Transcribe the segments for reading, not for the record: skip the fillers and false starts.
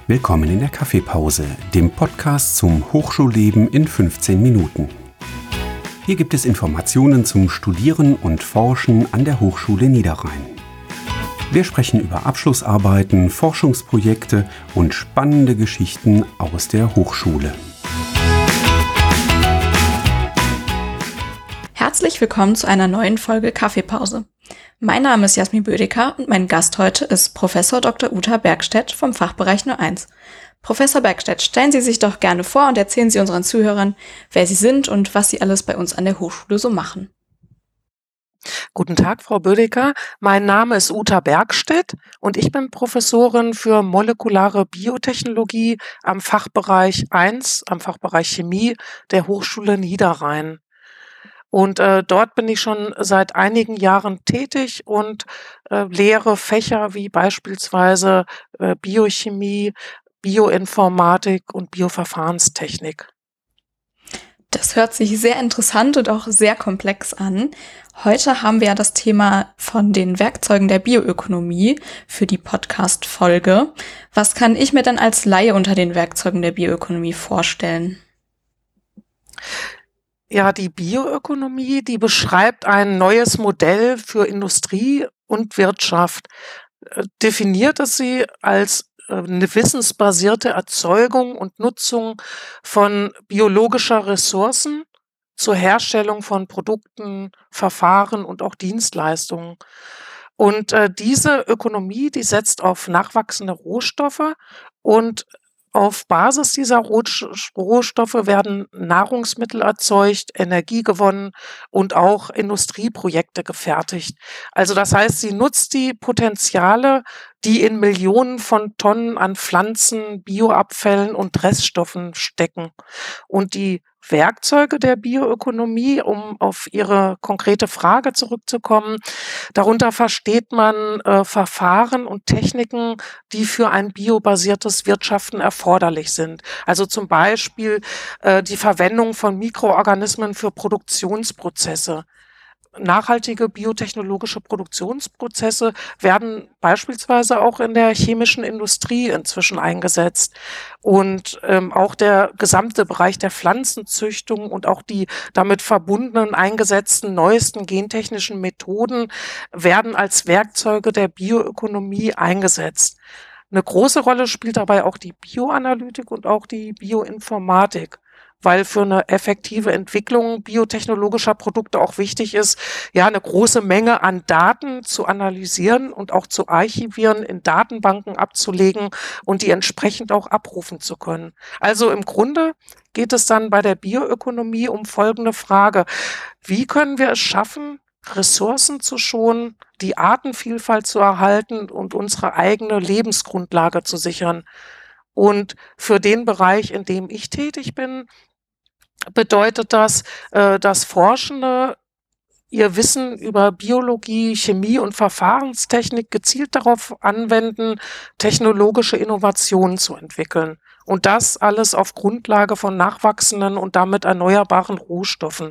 Willkommen in der Kaffeepause, dem Podcast zum Hochschulleben in 15 Minuten. Hier gibt es Informationen zum Studieren und Forschen an der Hochschule Niederrhein. Wir sprechen über Abschlussarbeiten, Forschungsprojekte und spannende Geschichten aus der Hochschule. Herzlich willkommen zu einer neuen Folge Kaffeepause. Mein Name ist Jasmin Bödecker und mein Gast heute ist Professor Dr. Uta Bergstedt vom Fachbereich 01. Professor Bergstedt, stellen Sie sich doch gerne vor und erzählen Sie unseren Zuhörern, wer Sie sind und was Sie alles bei uns an der Hochschule so machen. Guten Tag, Frau Bödecker. Mein Name ist Uta Bergstedt und ich bin Professorin für molekulare Biotechnologie am Fachbereich 1, am Fachbereich Chemie der Hochschule Niederrhein. Und dort bin ich schon seit einigen Jahren tätig und lehre Fächer wie beispielsweise Biochemie, Bioinformatik und Bioverfahrenstechnik. Das hört sich sehr interessant und auch sehr komplex an. Heute haben wir ja das Thema von den Werkzeugen der Bioökonomie für die Podcast-Folge. Was kann ich mir dann als Laie unter den Werkzeugen der Bioökonomie vorstellen? Ja, die Bioökonomie, die beschreibt ein neues Modell für Industrie und Wirtschaft. Definiert es sie als eine wissensbasierte Erzeugung und Nutzung von biologischer Ressourcen zur Herstellung von Produkten, Verfahren und auch Dienstleistungen. Und diese Ökonomie, die setzt auf nachwachsende Rohstoffe und auf Basis dieser Rohstoffe werden Nahrungsmittel erzeugt, Energie gewonnen und auch Industrieprojekte gefertigt. Also das heißt, sie nutzt die Potenziale, die in Millionen von Tonnen an Pflanzen, Bioabfällen und Reststoffen stecken. Und die Werkzeuge der Bioökonomie, um auf Ihre konkrete Frage zurückzukommen, darunter versteht man Verfahren und Techniken, die für ein biobasiertes Wirtschaften erforderlich sind. Also zum Beispiel die Verwendung von Mikroorganismen für Produktionsprozesse. Nachhaltige biotechnologische Produktionsprozesse werden beispielsweise auch in der chemischen Industrie inzwischen eingesetzt. Und auch der gesamte Bereich der Pflanzenzüchtung und auch die damit verbundenen eingesetzten neuesten gentechnischen Methoden werden als Werkzeuge der Bioökonomie eingesetzt. Eine große Rolle spielt dabei auch die Bioanalytik und auch die Bioinformatik, weil für eine effektive Entwicklung biotechnologischer Produkte auch wichtig ist, ja, eine große Menge an Daten zu analysieren und auch zu archivieren, in Datenbanken abzulegen und die entsprechend auch abrufen zu können. Also im Grunde geht es dann bei der Bioökonomie um folgende Frage: Wie können wir es schaffen, Ressourcen zu schonen, die Artenvielfalt zu erhalten und unsere eigene Lebensgrundlage zu sichern? Und für den Bereich, in dem ich tätig bin, bedeutet das, dass Forschende ihr Wissen über Biologie, Chemie und Verfahrenstechnik gezielt darauf anwenden, technologische Innovationen zu entwickeln. Und das alles auf Grundlage von nachwachsenden und damit erneuerbaren Rohstoffen.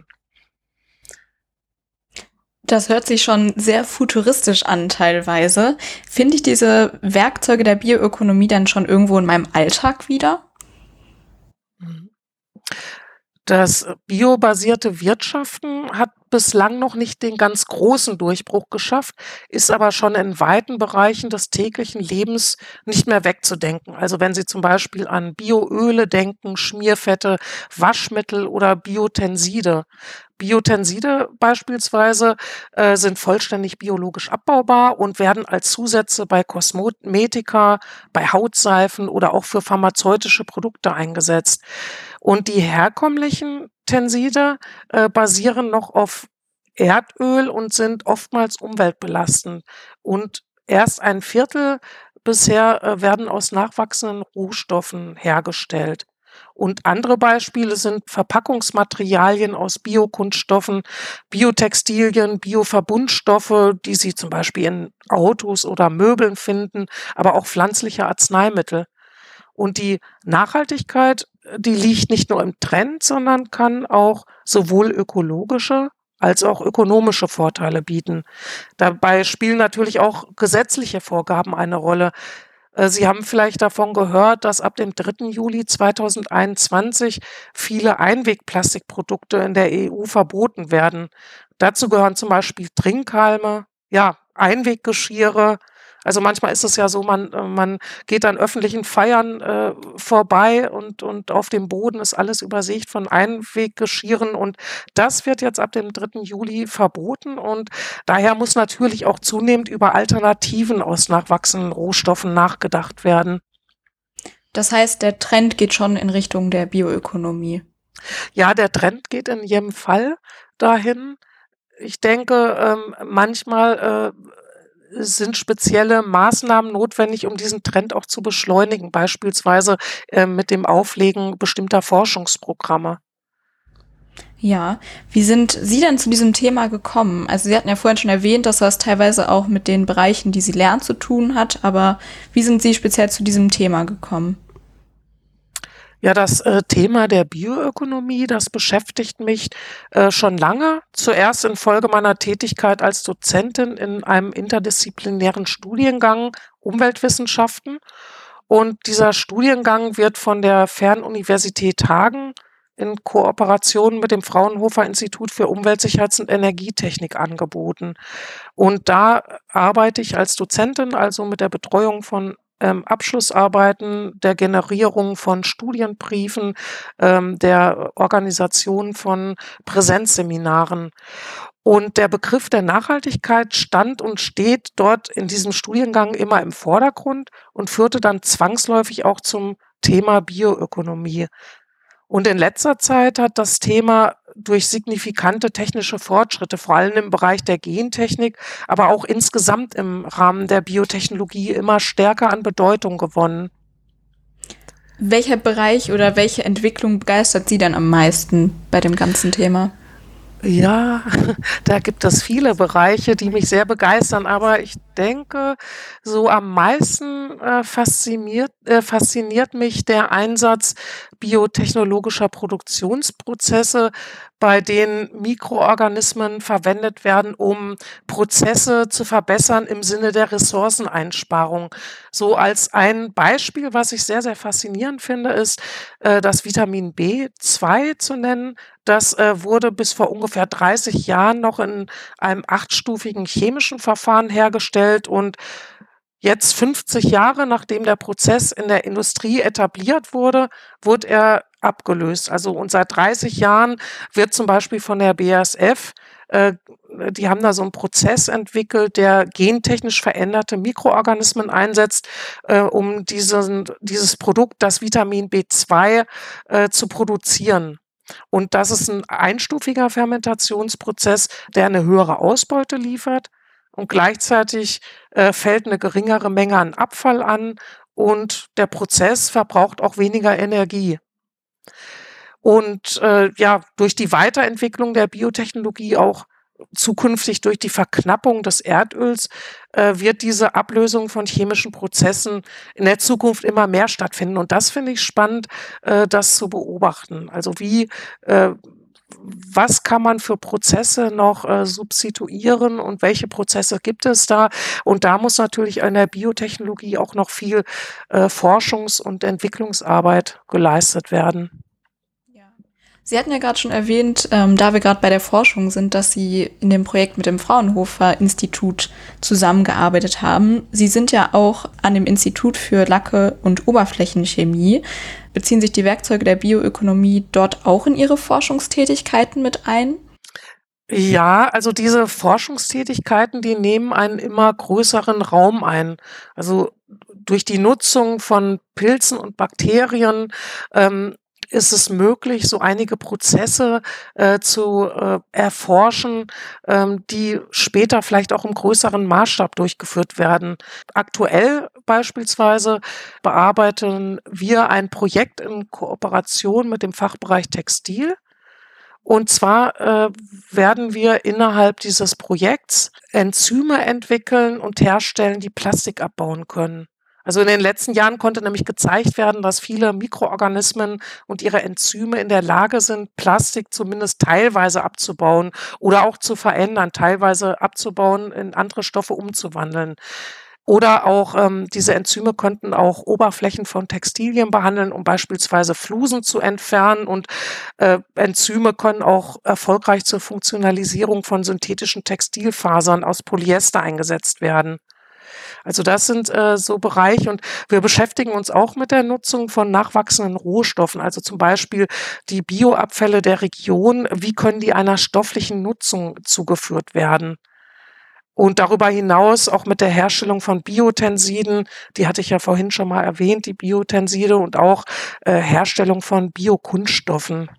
Das hört sich schon sehr futuristisch an teilweise. Finde ich diese Werkzeuge der Bioökonomie dann schon irgendwo in meinem Alltag wieder? Das biobasierte Wirtschaften hat bislang noch nicht den ganz großen Durchbruch geschafft, ist aber schon in weiten Bereichen des täglichen Lebens nicht mehr wegzudenken. Also wenn Sie zum Beispiel an Bioöle denken, Schmierfette, Waschmittel oder Biotenside. Biotenside beispielsweise sind vollständig biologisch abbaubar und werden als Zusätze bei Kosmetika, bei Hautseifen oder auch für pharmazeutische Produkte eingesetzt. Und die herkömmlichen Tenside basieren noch auf Erdöl und sind oftmals umweltbelastend. Und erst ein Viertel bisher werden aus nachwachsenden Rohstoffen hergestellt. Und andere Beispiele sind Verpackungsmaterialien aus Biokunststoffen, Biotextilien, Bioverbundstoffe, die Sie zum Beispiel in Autos oder Möbeln finden, aber auch pflanzliche Arzneimittel. Und die Nachhaltigkeit, die liegt nicht nur im Trend, sondern kann auch sowohl ökologische als auch ökonomische Vorteile bieten. Dabei spielen natürlich auch gesetzliche Vorgaben eine Rolle. Sie haben vielleicht davon gehört, dass ab dem 3. Juli 2021 viele Einwegplastikprodukte in der EU verboten werden. Dazu gehören zum Beispiel Trinkhalme, ja, Einweggeschirre. Also manchmal ist es ja so, man geht an öffentlichen Feiern vorbei und auf dem Boden ist alles übersät von Einweggeschirren und das wird jetzt ab dem 3. Juli verboten und daher muss natürlich auch zunehmend über Alternativen aus nachwachsenden Rohstoffen nachgedacht werden. Das heißt, der Trend geht schon in Richtung der Bioökonomie. Ja, der Trend geht in jedem Fall dahin. Ich denke, manchmal sind spezielle Maßnahmen notwendig, um diesen Trend auch zu beschleunigen, beispielsweise mit dem Auflegen bestimmter Forschungsprogramme. Ja, wie sind Sie denn zu diesem Thema gekommen? Also Sie hatten ja vorhin schon erwähnt, dass das teilweise auch mit den Bereichen, die Sie lernen, zu tun hat, aber wie sind Sie speziell zu diesem Thema gekommen? Ja, das Thema der Bioökonomie, das beschäftigt mich schon lange. Zuerst infolge meiner Tätigkeit als Dozentin in einem interdisziplinären Studiengang Umweltwissenschaften. Und dieser Studiengang wird von der Fernuniversität Hagen in Kooperation mit dem Fraunhofer Institut für Umweltsicherheits- und Energietechnik angeboten. Und da arbeite ich als Dozentin, also mit der Betreuung von Abschlussarbeiten, der Generierung von Studienbriefen, der Organisation von Präsenzseminaren. Und der Begriff der Nachhaltigkeit stand und steht dort in diesem Studiengang immer im Vordergrund und führte dann zwangsläufig auch zum Thema Bioökonomie. Und in letzter Zeit hat das Thema durch signifikante technische Fortschritte, vor allem im Bereich der Gentechnik, aber auch insgesamt im Rahmen der Biotechnologie immer stärker an Bedeutung gewonnen. Welcher Bereich oder welche Entwicklung begeistert Sie denn am meisten bei dem ganzen Thema? Ja, da gibt es viele Bereiche, die mich sehr begeistern, aber ich denke, so am meisten fasziniert mich der Einsatz biotechnologischer Produktionsprozesse, bei denen Mikroorganismen verwendet werden, um Prozesse zu verbessern im Sinne der Ressourceneinsparung. So als ein Beispiel, was ich sehr, sehr faszinierend finde, ist das Vitamin B2 zu nennen. Das wurde bis vor ungefähr 30 Jahren noch in einem 8-stufigen chemischen Verfahren hergestellt und jetzt 50 Jahre, nachdem der Prozess in der Industrie etabliert wurde, wurde er abgelöst. Also und seit 30 Jahren wird zum Beispiel von der BASF, die haben da so einen Prozess entwickelt, der gentechnisch veränderte Mikroorganismen einsetzt, um dieses Produkt, das Vitamin B2, zu produzieren. Und das ist ein einstufiger Fermentationsprozess, der eine höhere Ausbeute liefert und gleichzeitig fällt eine geringere Menge an Abfall an und der Prozess verbraucht auch weniger Energie. Und ja, durch die Weiterentwicklung der Biotechnologie, auch zukünftig durch die Verknappung des Erdöls, wird diese Ablösung von chemischen Prozessen in der Zukunft immer mehr stattfinden. Und das finde ich spannend, das zu beobachten. Also was kann man für Prozesse noch substituieren und welche Prozesse gibt es da? Und da muss natürlich in der Biotechnologie auch noch viel Forschungs- und Entwicklungsarbeit geleistet werden. Sie hatten ja gerade schon erwähnt, da wir gerade bei der Forschung sind, dass Sie in dem Projekt mit dem Fraunhofer Institut zusammengearbeitet haben. Sie sind ja auch an dem Institut für Lacke und Oberflächenchemie. Beziehen sich die Werkzeuge der Bioökonomie dort auch in Ihre Forschungstätigkeiten mit ein? Ja, also diese Forschungstätigkeiten, die nehmen einen immer größeren Raum ein. Also durch die Nutzung von Pilzen und Bakterien ist es möglich, so einige Prozesse zu erforschen, die später vielleicht auch im größeren Maßstab durchgeführt werden. Aktuell beispielsweise bearbeiten wir ein Projekt in Kooperation mit dem Fachbereich Textil. Und zwar werden wir innerhalb dieses Projekts Enzyme entwickeln und herstellen, die Plastik abbauen können. Also in den letzten Jahren konnte nämlich gezeigt werden, dass viele Mikroorganismen und ihre Enzyme in der Lage sind, Plastik zumindest teilweise abzubauen oder auch zu verändern, teilweise abzubauen, in andere Stoffe umzuwandeln. Oder auch diese Enzyme könnten auch Oberflächen von Textilien behandeln, um beispielsweise Flusen zu entfernen. Und Enzyme können auch erfolgreich zur Funktionalisierung von synthetischen Textilfasern aus Polyester eingesetzt werden. Also das sind so Bereiche, und wir beschäftigen uns auch mit der Nutzung von nachwachsenden Rohstoffen, also zum Beispiel die Bioabfälle der Region. Wie können die einer stofflichen Nutzung zugeführt werden? Und darüber hinaus auch mit der Herstellung von Biotensiden, die hatte ich ja vorhin schon mal erwähnt, die Biotenside, und auch Herstellung von Biokunststoffen.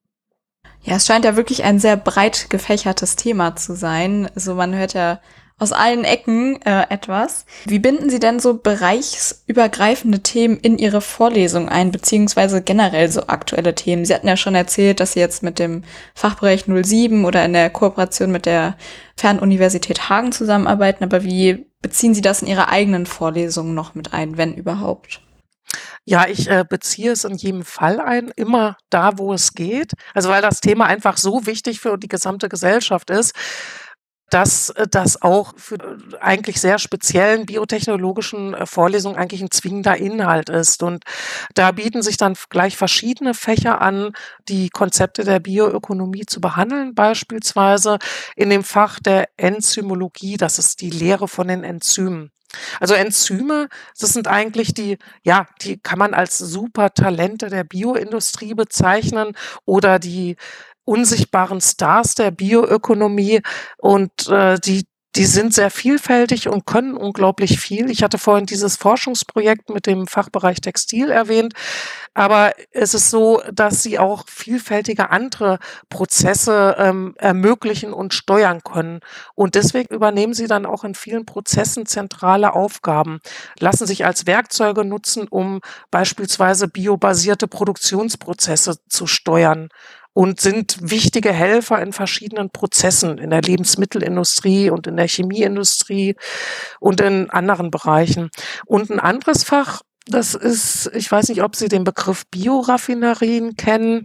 Ja, es scheint ja wirklich ein sehr breit gefächertes Thema zu sein. Also man hört ja aus allen Ecken etwas. Wie binden Sie denn so bereichsübergreifende Themen in Ihre Vorlesung ein, beziehungsweise generell so aktuelle Themen? Sie hatten ja schon erzählt, dass Sie jetzt mit dem Fachbereich 07 oder in der Kooperation mit der Fernuniversität Hagen zusammenarbeiten, aber wie beziehen Sie das in Ihre eigenen Vorlesungen noch mit ein, wenn überhaupt? Ja, ich beziehe es in jedem Fall ein, immer da, wo es geht. Also weil das Thema einfach so wichtig für die gesamte Gesellschaft ist, dass das auch für eigentlich sehr speziellen biotechnologischen Vorlesungen eigentlich ein zwingender Inhalt ist. Und da bieten sich dann gleich verschiedene Fächer an, die Konzepte der Bioökonomie zu behandeln, beispielsweise in dem Fach der Enzymologie, das ist die Lehre von den Enzymen. Also Enzyme, das sind eigentlich die kann man als Supertalente der Bioindustrie bezeichnen oder die unsichtbaren Stars der Bioökonomie, und die sind sehr vielfältig und können unglaublich viel. Ich hatte vorhin dieses Forschungsprojekt mit dem Fachbereich Textil erwähnt, aber es ist so, dass sie auch vielfältige andere Prozesse ermöglichen und steuern können. Und deswegen übernehmen sie dann auch in vielen Prozessen zentrale Aufgaben, lassen sich als Werkzeuge nutzen, um beispielsweise biobasierte Produktionsprozesse zu steuern, und sind wichtige Helfer in verschiedenen Prozessen, in der Lebensmittelindustrie und in der Chemieindustrie und in anderen Bereichen. Und ein anderes Fach, das ist, ich weiß nicht, ob Sie den Begriff Bioraffinerien kennen.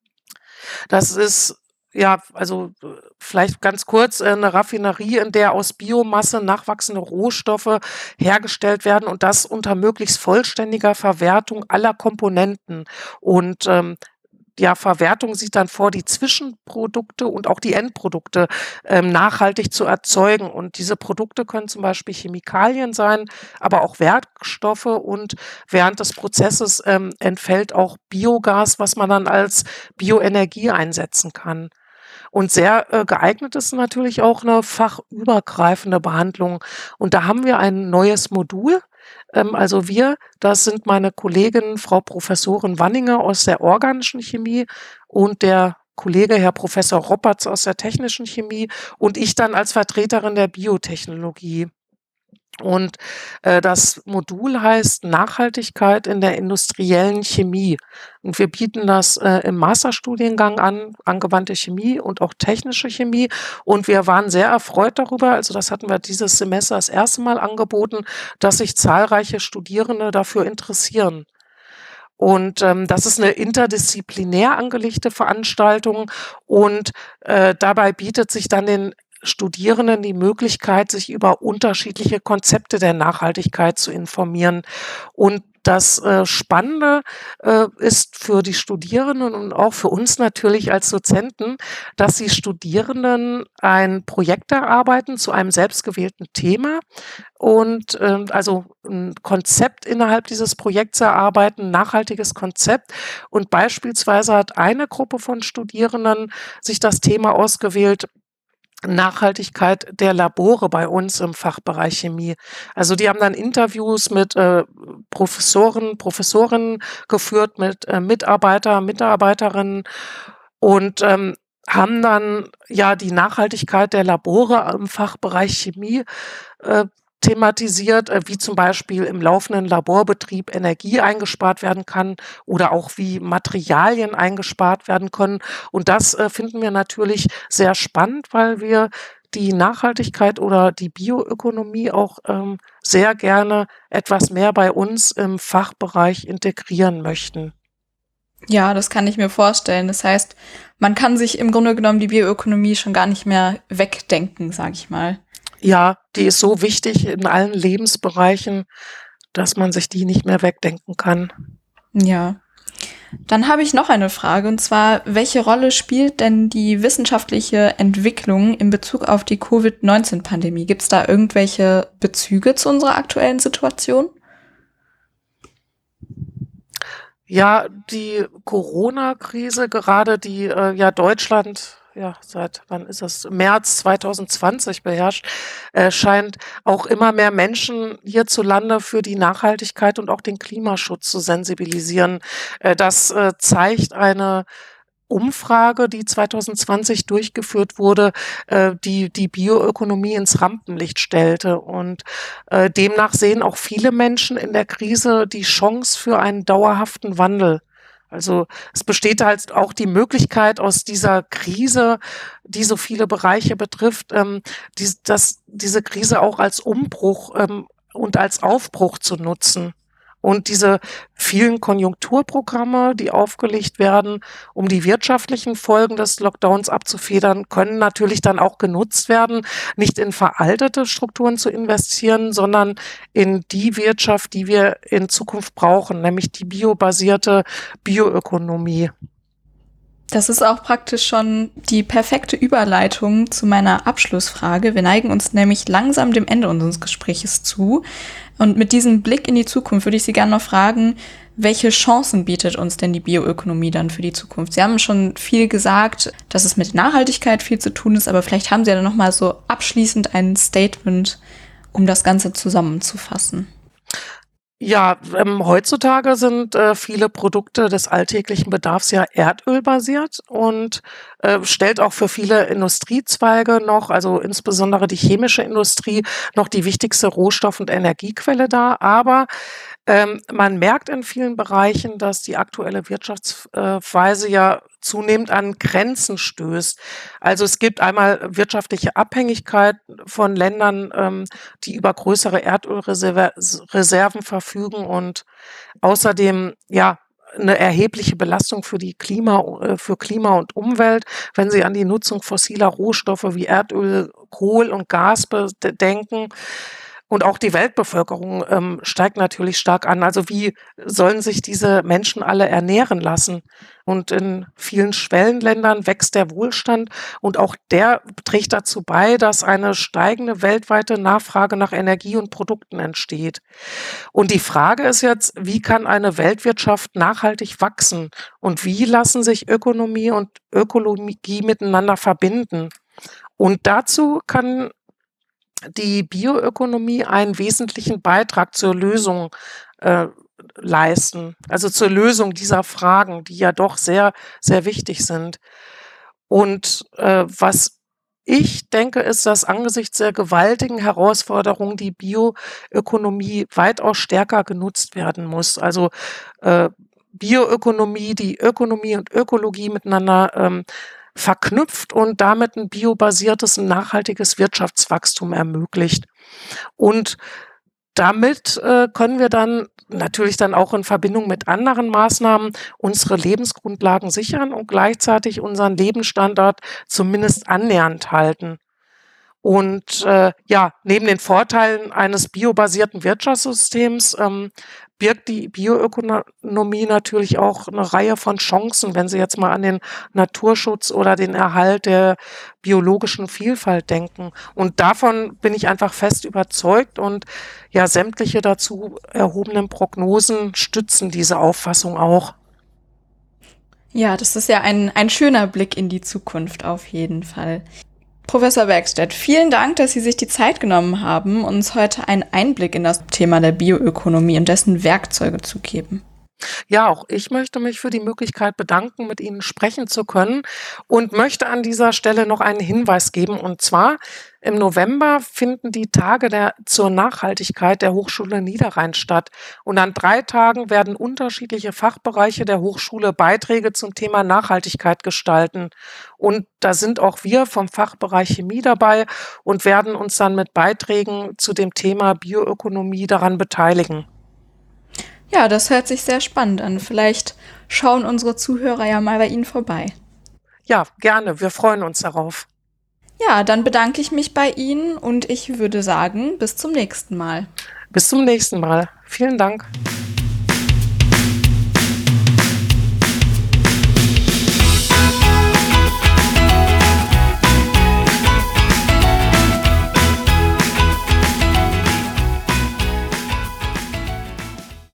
Das ist, ja, also vielleicht ganz kurz, eine Raffinerie, in der aus Biomasse nachwachsende Rohstoffe hergestellt werden, und das unter möglichst vollständiger Verwertung aller Komponenten. Und Verwertung sieht dann vor, die Zwischenprodukte und auch die Endprodukte nachhaltig zu erzeugen. Und diese Produkte können zum Beispiel Chemikalien sein, aber auch Werkstoffe. Und während des Prozesses entfällt auch Biogas, was man dann als Bioenergie einsetzen kann. Und sehr geeignet ist natürlich auch eine fachübergreifende Behandlung. Und da haben wir ein neues Modul. Also das sind meine Kollegin Frau Professorin Wanninger aus der organischen Chemie und der Kollege Herr Professor Roppertz aus der technischen Chemie und ich dann als Vertreterin der Biotechnologie. Und das Modul heißt Nachhaltigkeit in der industriellen Chemie. Und wir bieten das im Masterstudiengang an, angewandte Chemie und auch technische Chemie. Und wir waren sehr erfreut darüber, also das hatten wir dieses Semester das erste Mal angeboten, dass sich zahlreiche Studierende dafür interessieren. Und das ist eine interdisziplinär angelegte Veranstaltung, und dabei bietet sich dann den Studierenden die Möglichkeit, sich über unterschiedliche Konzepte der Nachhaltigkeit zu informieren. Und das Spannende ist für die Studierenden und auch für uns natürlich als Dozenten, dass die Studierenden ein Projekt erarbeiten zu einem selbstgewählten Thema und also ein Konzept innerhalb dieses Projekts erarbeiten, ein nachhaltiges Konzept. Und beispielsweise hat eine Gruppe von Studierenden sich das Thema ausgewählt, Nachhaltigkeit der Labore bei uns im Fachbereich Chemie. Also die haben dann Interviews mit Professorinnen geführt, mit Mitarbeiterinnen, und haben dann die Nachhaltigkeit der Labore im Fachbereich Chemie thematisiert, wie zum Beispiel im laufenden Laborbetrieb Energie eingespart werden kann oder auch wie Materialien eingespart werden können. Und das finden wir natürlich sehr spannend, weil wir die Nachhaltigkeit oder die Bioökonomie auch sehr gerne etwas mehr bei uns im Fachbereich integrieren möchten. Ja, das kann ich mir vorstellen. Das heißt, man kann sich im Grunde genommen die Bioökonomie schon gar nicht mehr wegdenken, sage ich mal. Ja, die ist so wichtig in allen Lebensbereichen, dass man sich die nicht mehr wegdenken kann. Ja. Dann habe ich noch eine Frage, und zwar, welche Rolle spielt denn die wissenschaftliche Entwicklung in Bezug auf die Covid-19-Pandemie? Gibt es da irgendwelche Bezüge zu unserer aktuellen Situation? Ja, die Corona-Krise, gerade die ja Deutschland, ja, seit wann ist das? März 2020 beherrscht, scheint auch immer mehr Menschen hierzulande für die Nachhaltigkeit und auch den Klimaschutz zu sensibilisieren. Das zeigt eine Umfrage, die 2020 durchgeführt wurde, die Bioökonomie ins Rampenlicht stellte. Und demnach sehen auch viele Menschen in der Krise die Chance für einen dauerhaften Wandel. Also es besteht halt auch die Möglichkeit aus dieser Krise, die so viele Bereiche betrifft, diese Krise auch als Umbruch und als Aufbruch zu nutzen. Und diese vielen Konjunkturprogramme, die aufgelegt werden, um die wirtschaftlichen Folgen des Lockdowns abzufedern, können natürlich dann auch genutzt werden, nicht in veraltete Strukturen zu investieren, sondern in die Wirtschaft, die wir in Zukunft brauchen, nämlich die biobasierte Bioökonomie. Das ist auch praktisch schon die perfekte Überleitung zu meiner Abschlussfrage. Wir neigen uns nämlich langsam dem Ende unseres Gespräches zu. Und mit diesem Blick in die Zukunft würde ich Sie gerne noch fragen, welche Chancen bietet uns denn die Bioökonomie dann für die Zukunft? Sie haben schon viel gesagt, dass es mit Nachhaltigkeit viel zu tun ist, aber vielleicht haben Sie ja dann noch mal so abschließend ein Statement, um das Ganze zusammenzufassen. Ja, heutzutage sind viele Produkte des alltäglichen Bedarfs ja erdölbasiert und stellt auch für viele Industriezweige noch, also insbesondere die chemische Industrie, noch die wichtigste Rohstoff- und Energiequelle dar. Aber man merkt in vielen Bereichen, dass die aktuelle Wirtschaftsweise ja zunehmend an Grenzen stößt. Also es gibt einmal wirtschaftliche Abhängigkeit von Ländern, die über größere Erdölreserven verfügen und außerdem ja eine erhebliche Belastung für für Klima und Umwelt, wenn Sie an die Nutzung fossiler Rohstoffe wie Erdöl, Kohl und Gas denken. Und auch die Weltbevölkerung steigt natürlich stark an. Also wie sollen sich diese Menschen alle ernähren lassen? Und in vielen Schwellenländern wächst der Wohlstand und auch der trägt dazu bei, dass eine steigende weltweite Nachfrage nach Energie und Produkten entsteht. Und die Frage ist jetzt, wie kann eine Weltwirtschaft nachhaltig wachsen und wie lassen sich Ökonomie und Ökologie miteinander verbinden? Und dazu kann die Bioökonomie einen wesentlichen Beitrag zur Lösung leisten, also zur Lösung dieser Fragen, die ja doch sehr, sehr wichtig sind. Und was ich denke, ist, dass angesichts der gewaltigen Herausforderungen die Bioökonomie weitaus stärker genutzt werden muss. Also Bioökonomie, die Ökonomie und Ökologie miteinander verknüpft und damit ein biobasiertes, ein nachhaltiges Wirtschaftswachstum ermöglicht. Und damit können wir dann natürlich dann auch in Verbindung mit anderen Maßnahmen unsere Lebensgrundlagen sichern und gleichzeitig unseren Lebensstandard zumindest annähernd halten. Und ja, neben den Vorteilen eines biobasierten Wirtschaftssystems birgt die Bioökonomie natürlich auch eine Reihe von Chancen, wenn Sie jetzt mal an den Naturschutz oder den Erhalt der biologischen Vielfalt denken. Und davon bin ich einfach fest überzeugt und ja, sämtliche dazu erhobenen Prognosen stützen diese Auffassung auch. Ja, das ist ja ein schöner Blick in die Zukunft auf jeden Fall. Professor Bergstedt, vielen Dank, dass Sie sich die Zeit genommen haben, uns heute einen Einblick in das Thema der Bioökonomie und dessen Werkzeuge zu geben. Ja, auch ich möchte mich für die Möglichkeit bedanken, mit Ihnen sprechen zu können und möchte an dieser Stelle noch einen Hinweis geben. Und zwar im November finden die Tage zur Nachhaltigkeit der Hochschule Niederrhein statt. Und an 3 Tagen werden unterschiedliche Fachbereiche der Hochschule Beiträge zum Thema Nachhaltigkeit gestalten. Und da sind auch wir vom Fachbereich Chemie dabei und werden uns dann mit Beiträgen zu dem Thema Bioökonomie daran beteiligen. Ja, das hört sich sehr spannend an. Vielleicht schauen unsere Zuhörer ja mal bei Ihnen vorbei. Ja, gerne. Wir freuen uns darauf. Ja, dann bedanke ich mich bei Ihnen und ich würde sagen, bis zum nächsten Mal. Bis zum nächsten Mal. Vielen Dank.